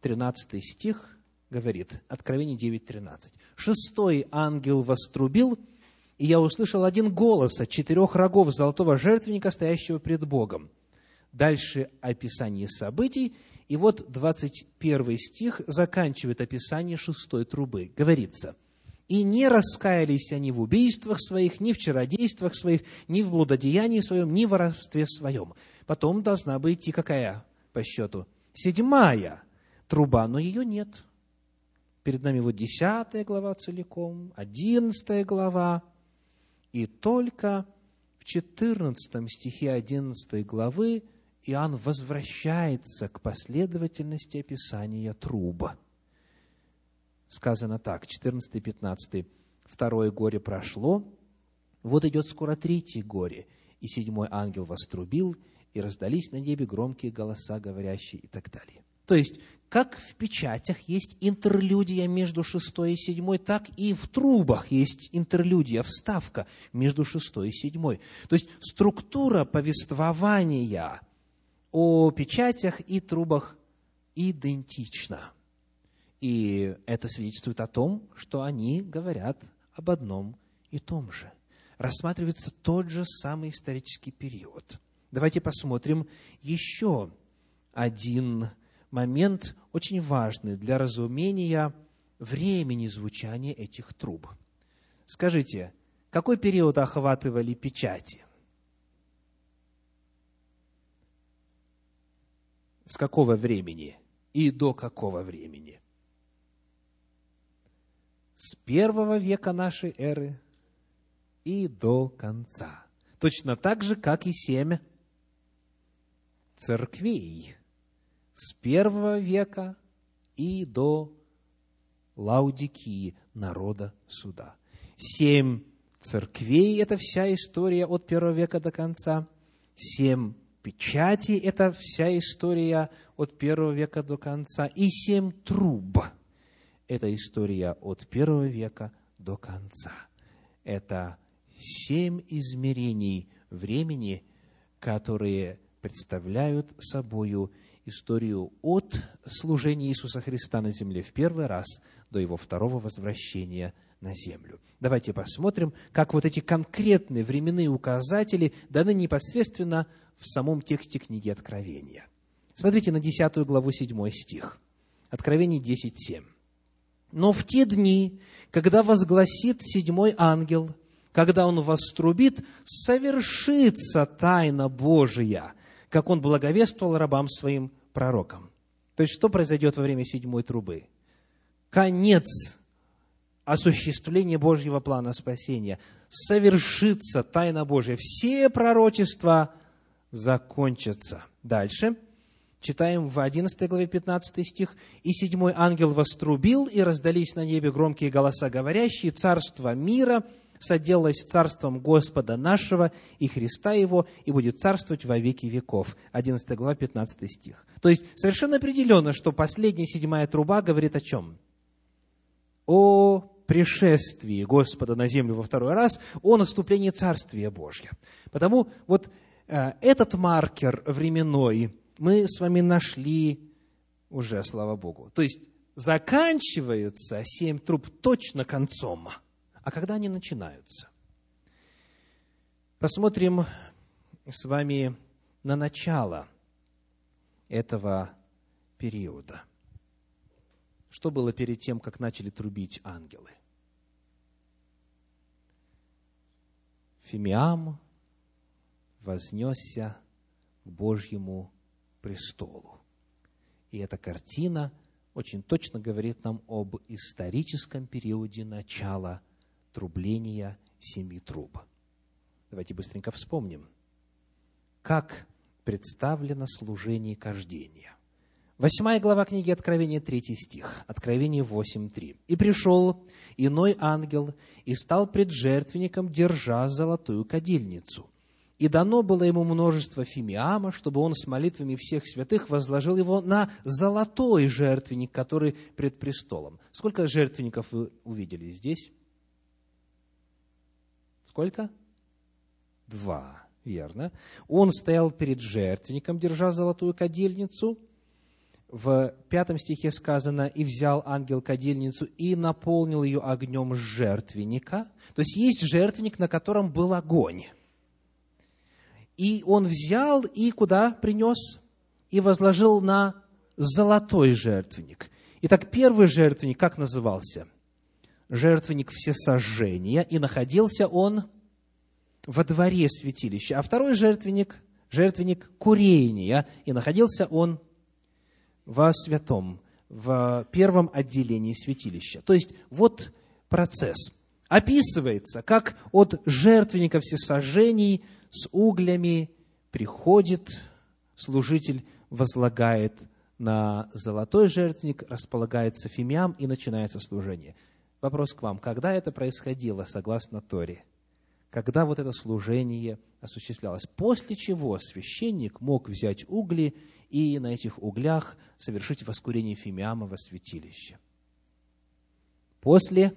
A: тринадцатый стих говорит, Откровение девять тринадцать. «Шестой ангел вострубил, и я услышал один голос от четырех рогов золотого жертвенника, стоящего пред Богом». Дальше описание событий, и вот двадцать первый стих заканчивает описание шестой трубы. Говорится, «И не раскаялись они в убийствах своих, ни в чародействах своих, ни в блудодеянии своем, ни в воровстве своем». Потом должна бы идти какая по счету? Седьмая труба, но ее нет. Перед нами вот десятая глава целиком, одиннадцатая глава, и только в четырнадцатом стихе одиннадцатой главы Иоанн возвращается к последовательности описания труба. Сказано так, четырнадцатый пятнадцатый. «Второе горе прошло, вот идет скоро третье горе, и седьмой ангел вострубил, и раздались на небе громкие голоса, говорящие» и так далее. То есть, как в печатях есть интерлюдия между шестой и седьмой, так и в трубах есть интерлюдия, вставка между шестой и седьмой. То есть, структура повествования о печатях и трубах идентична. И это свидетельствует о том, что они говорят об одном и том же. Рассматривается тот же самый исторический период. Давайте посмотрим еще один момент, очень важный для разумения времени звучания этих труб. Скажите, какой период охватывали печати? С какого времени и до какого времени? С первого века нашей эры и до конца. Точно так же, как и семь церквей. С первого века и до Лаудикии, народа суда. Семь церквей – это вся история от первого века до конца. Семь печати – это вся история от первого века до конца. И семь труб – это история от первого века до конца. Это семь измерений времени, которые представляют собою историю от служения Иисуса Христа на земле в первый раз до Его второго возвращения на землю. Давайте посмотрим, как вот эти конкретные временные указатели даны непосредственно в самом тексте книги Откровения. Смотрите на десятую главу, седьмой стих. Откровение десять семь. «Но в те дни, когда возгласит седьмой ангел, когда он вострубит, совершится тайна Божия, как он благовествовал рабам своим пророкам». То есть, что произойдет во время седьмой трубы? Конец осуществления Божьего плана спасения. Совершится тайна Божия. Все пророчества закончатся. Дальше. Читаем в одиннадцатой главе, пятнадцатый стих. «И седьмой ангел вострубил, и раздались на небе громкие голоса, говорящие: царство мира соделалось царством Господа нашего и Христа Его, и будет царствовать во веки веков». одиннадцатая глава, пятнадцатый стих. То есть, совершенно определенно, что последняя седьмая труба говорит о чем? О пришествии Господа на землю во второй раз, о наступлении Царствия Божьего. Потому вот э, этот маркер временной мы с вами нашли уже, слава Богу. То есть, заканчиваются семь труб точно концом. А когда они начинаются? Посмотрим с вами на начало этого периода. Что было перед тем, как начали трубить ангелы? Фимиам вознесся к Божьему престолу. И эта картина очень точно говорит нам об историческом периоде начала трубления семи труб. Давайте быстренько вспомним, как представлено служение кождения. Восьмая глава книги Откровения, третий стих. Откровение восемь три. «И пришел иной ангел, и стал пред жертвенником, держа золотую кадильницу. И дано было ему множество фимиама, чтобы он с молитвами всех святых возложил его на золотой жертвенник, который пред престолом». Сколько жертвенников вы увидели здесь? Сколько? Два, верно. Он стоял перед жертвенником, держа золотую кадильницу. в пятом стихе сказано: «И взял ангел кадильницу и наполнил ее огнем жертвенника». То есть есть жертвенник, на котором был огонь. И он взял и куда принес? И возложил на золотой жертвенник. Итак, первый жертвенник как назывался? Жертвенник всесожжения, и находился он во дворе святилища. А второй жертвенник, жертвенник курения, и находился он во святом, в первом отделении святилища. То есть, вот процесс. Описывается, как от жертвенника всесожжений с углями приходит служитель, возлагает на золотой жертвенник, располагается фимиам, и начинается служение. Вопрос к вам: когда это происходило согласно Торе? Когда вот это служение осуществлялось? После чего священник мог взять угли и на этих углях совершить воскурение фимиама во святилище? После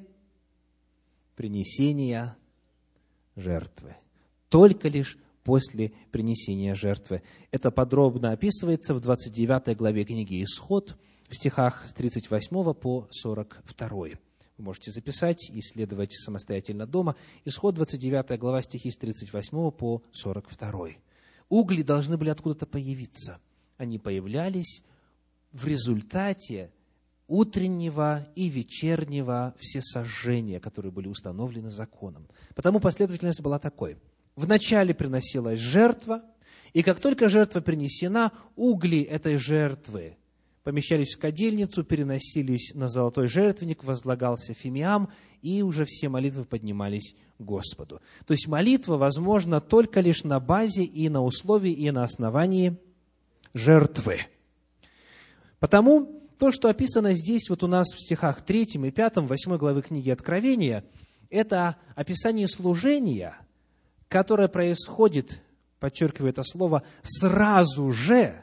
A: принесения жертвы. Только лишь после принесения жертвы. Это подробно описывается в двадцать девятой главе книги «Исход», в стихах с тридцать восьмого по сорок второй. Вы можете записать и исследовать самостоятельно дома. Исход, двадцать девятая глава, стихи с тридцать восьмого по сорок второй. Угли должны были откуда-то появиться. Они появлялись в результате утреннего и вечернего всесожжения, которые были установлены законом. Потому последовательность была такой. Вначале приносилась жертва, и как только жертва принесена, угли этой жертвы помещались в кадильницу, переносились на золотой жертвенник, возлагался фимиам, и уже все молитвы поднимались к Господу. То есть молитва возможна только лишь на базе и на условии, и на основании жертвы. Потому то, что описано здесь вот у нас в стихах третьем и пятом, восьмой главы книги Откровения, это описание служения, которое происходит, подчеркиваю это слово, сразу же,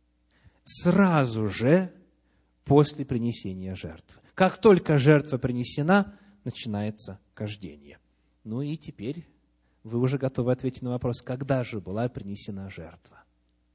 A: сразу же после принесения жертвы. Как только жертва принесена, начинается кождение. Ну и теперь вы уже готовы ответить на вопрос, когда же была принесена жертва?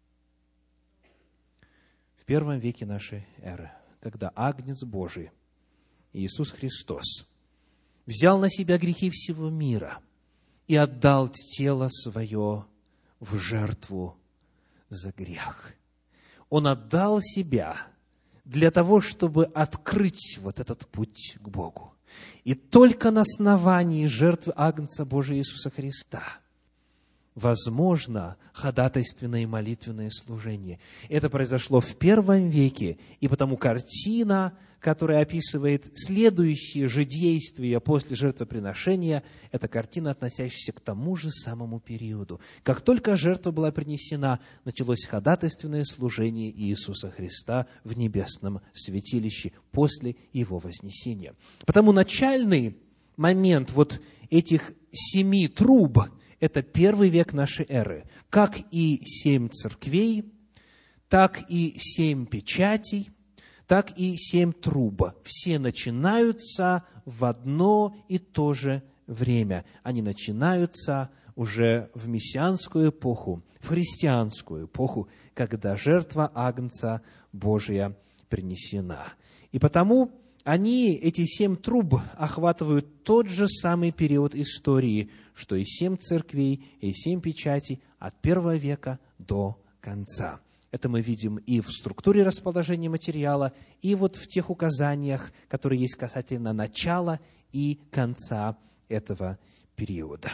A: В первом веке нашей эры, когда Агнец Божий, Иисус Христос, взял на себя грехи всего мира и отдал тело свое в жертву за грех. Он отдал себя для того, чтобы открыть вот этот путь к Богу. И только на основании жертвы Агнца Божия Иисуса Христа возможно ходатайственное и молитвенное служение. Это произошло в первом веке, и потому картина, которая описывает следующие же действия после жертвоприношения, это картина, относящаяся к тому же самому периоду. Как только жертва была принесена, началось ходатайственное служение Иисуса Христа в небесном святилище после Его вознесения. Потому начальный момент вот этих семи труб – это первый век нашей эры. Как и семь церквей, так и семь печатей, так и семь труб. Все начинаются в одно и то же время. Они начинаются уже в мессианскую эпоху, в христианскую эпоху, когда жертва Агнца Божия принесена. И потому они, эти семь труб, охватывают тот же самый период истории, что и семь церквей, и семь печатей от первого века до конца. Это мы видим и в структуре расположения материала, и вот в тех указаниях, которые есть касательно начала и конца этого периода.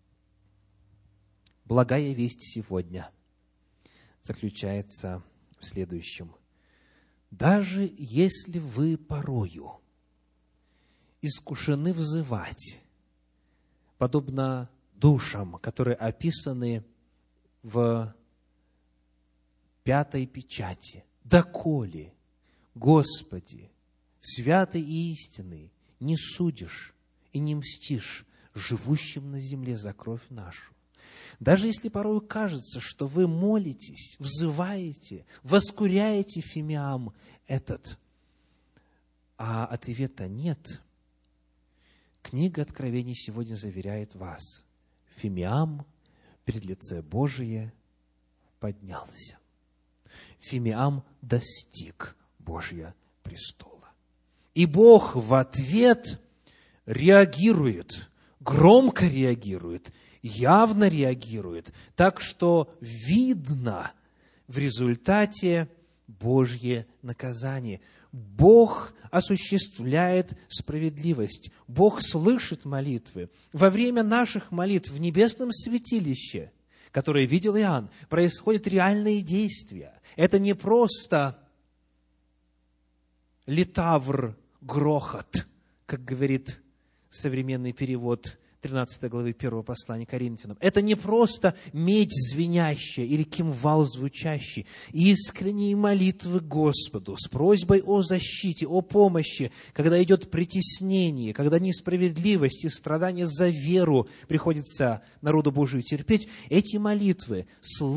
A: Благая весть сегодня заключается в следующем. Даже если вы порою искушены взывать, подобно душам, которые описаны в пятой печати, «Доколе, Господи, святый и истинный, не судишь и не мстишь живущим на земле за кровь нашу». Даже если порой кажется, что вы молитесь, взываете, воскуряете фимиам этот, а ответа нет, книга Откровений сегодня заверяет вас: фимиам пред лице Божие поднялся. Фимеам достиг Божия престола. И Бог в ответ реагирует, громко реагирует, явно реагирует, так что видно в результате Божье наказание. Бог осуществляет справедливость. Бог слышит молитвы. Во время наших молитв в небесном святилище, которое видел Иоанн, происходят реальные действия. Это не просто литавр, грохот, как говорит современный перевод тринадцатой главы первого послания Коринфянам. Это не просто медь звенящая или кимвал звучащий. Искренние молитвы Господу с просьбой о защите, о помощи, когда идет притеснение, когда несправедливость и страдания за веру приходится народу Божию терпеть, эти молитвы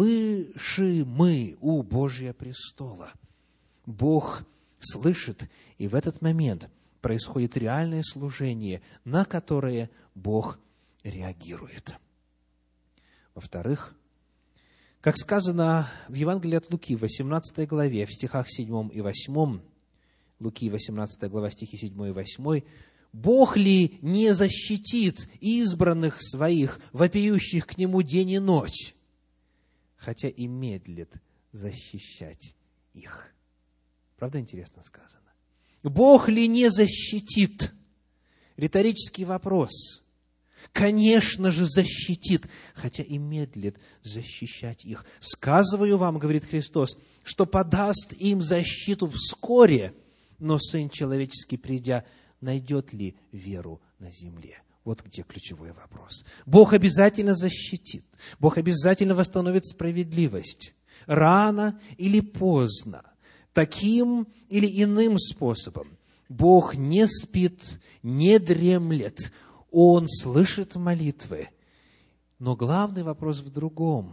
A: слышимы у Божия престола. Бог слышит, и в этот момент происходит реальное служение, на которое Бог реагирует. Во-вторых, как сказано в Евангелии от Луки, в восемнадцатой главе, в стихах седьмом и восьмом, Луки, восемнадцатая глава, стихи седьмой и восьмой, «Бог ли не защитит избранных своих, вопиющих к Нему день и ночь, хотя и медлит защищать их?» Правда, интересно сказано? Бог ли не защитит? Риторический вопрос. Конечно же, защитит, хотя и медлит защищать их. «Сказываю вам, — говорит Христос, — что подаст им защиту вскоре, но Сын Человеческий, придя, найдет ли веру на земле?» Вот где ключевой вопрос. Бог обязательно защитит. Бог обязательно восстановит справедливость. Рано или поздно, таким или иным способом, Бог не спит, не дремлет. Он слышит молитвы. Но главный вопрос в другом.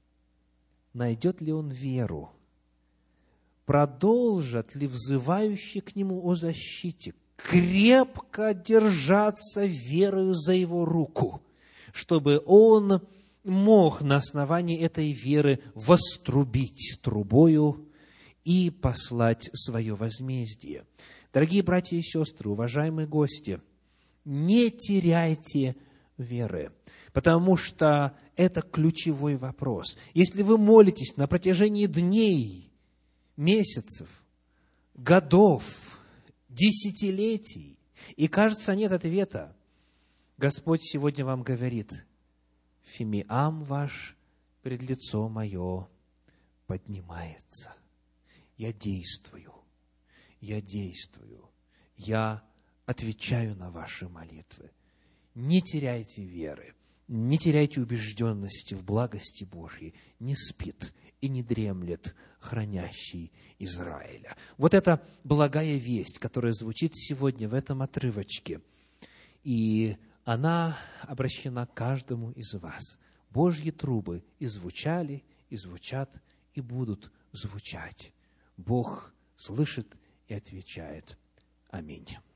A: Найдет ли Он веру? Продолжат ли взывающие к Нему о защите крепко держаться верою за Его руку, чтобы Он мог на основании этой веры вострубить трубою и послать свое возмездие? Дорогие братья и сестры, уважаемые гости, не теряйте веры, потому что это ключевой вопрос. Если вы молитесь на протяжении дней, месяцев, годов, десятилетий, и кажется, нет ответа, Господь сегодня вам говорит: «Фимеам ваш пред лицо мое поднимается». Я действую, я действую, я отвечаю на ваши молитвы. Не теряйте веры, не теряйте убежденности в благости Божьей. Не спит и не дремлет хранящий Израиля. Вот это благая весть, которая звучит сегодня в этом отрывочке. И она обращена к каждому из вас. Божьи трубы и звучали, и звучат, и будут звучать. Бог слышит и отвечает. Аминь.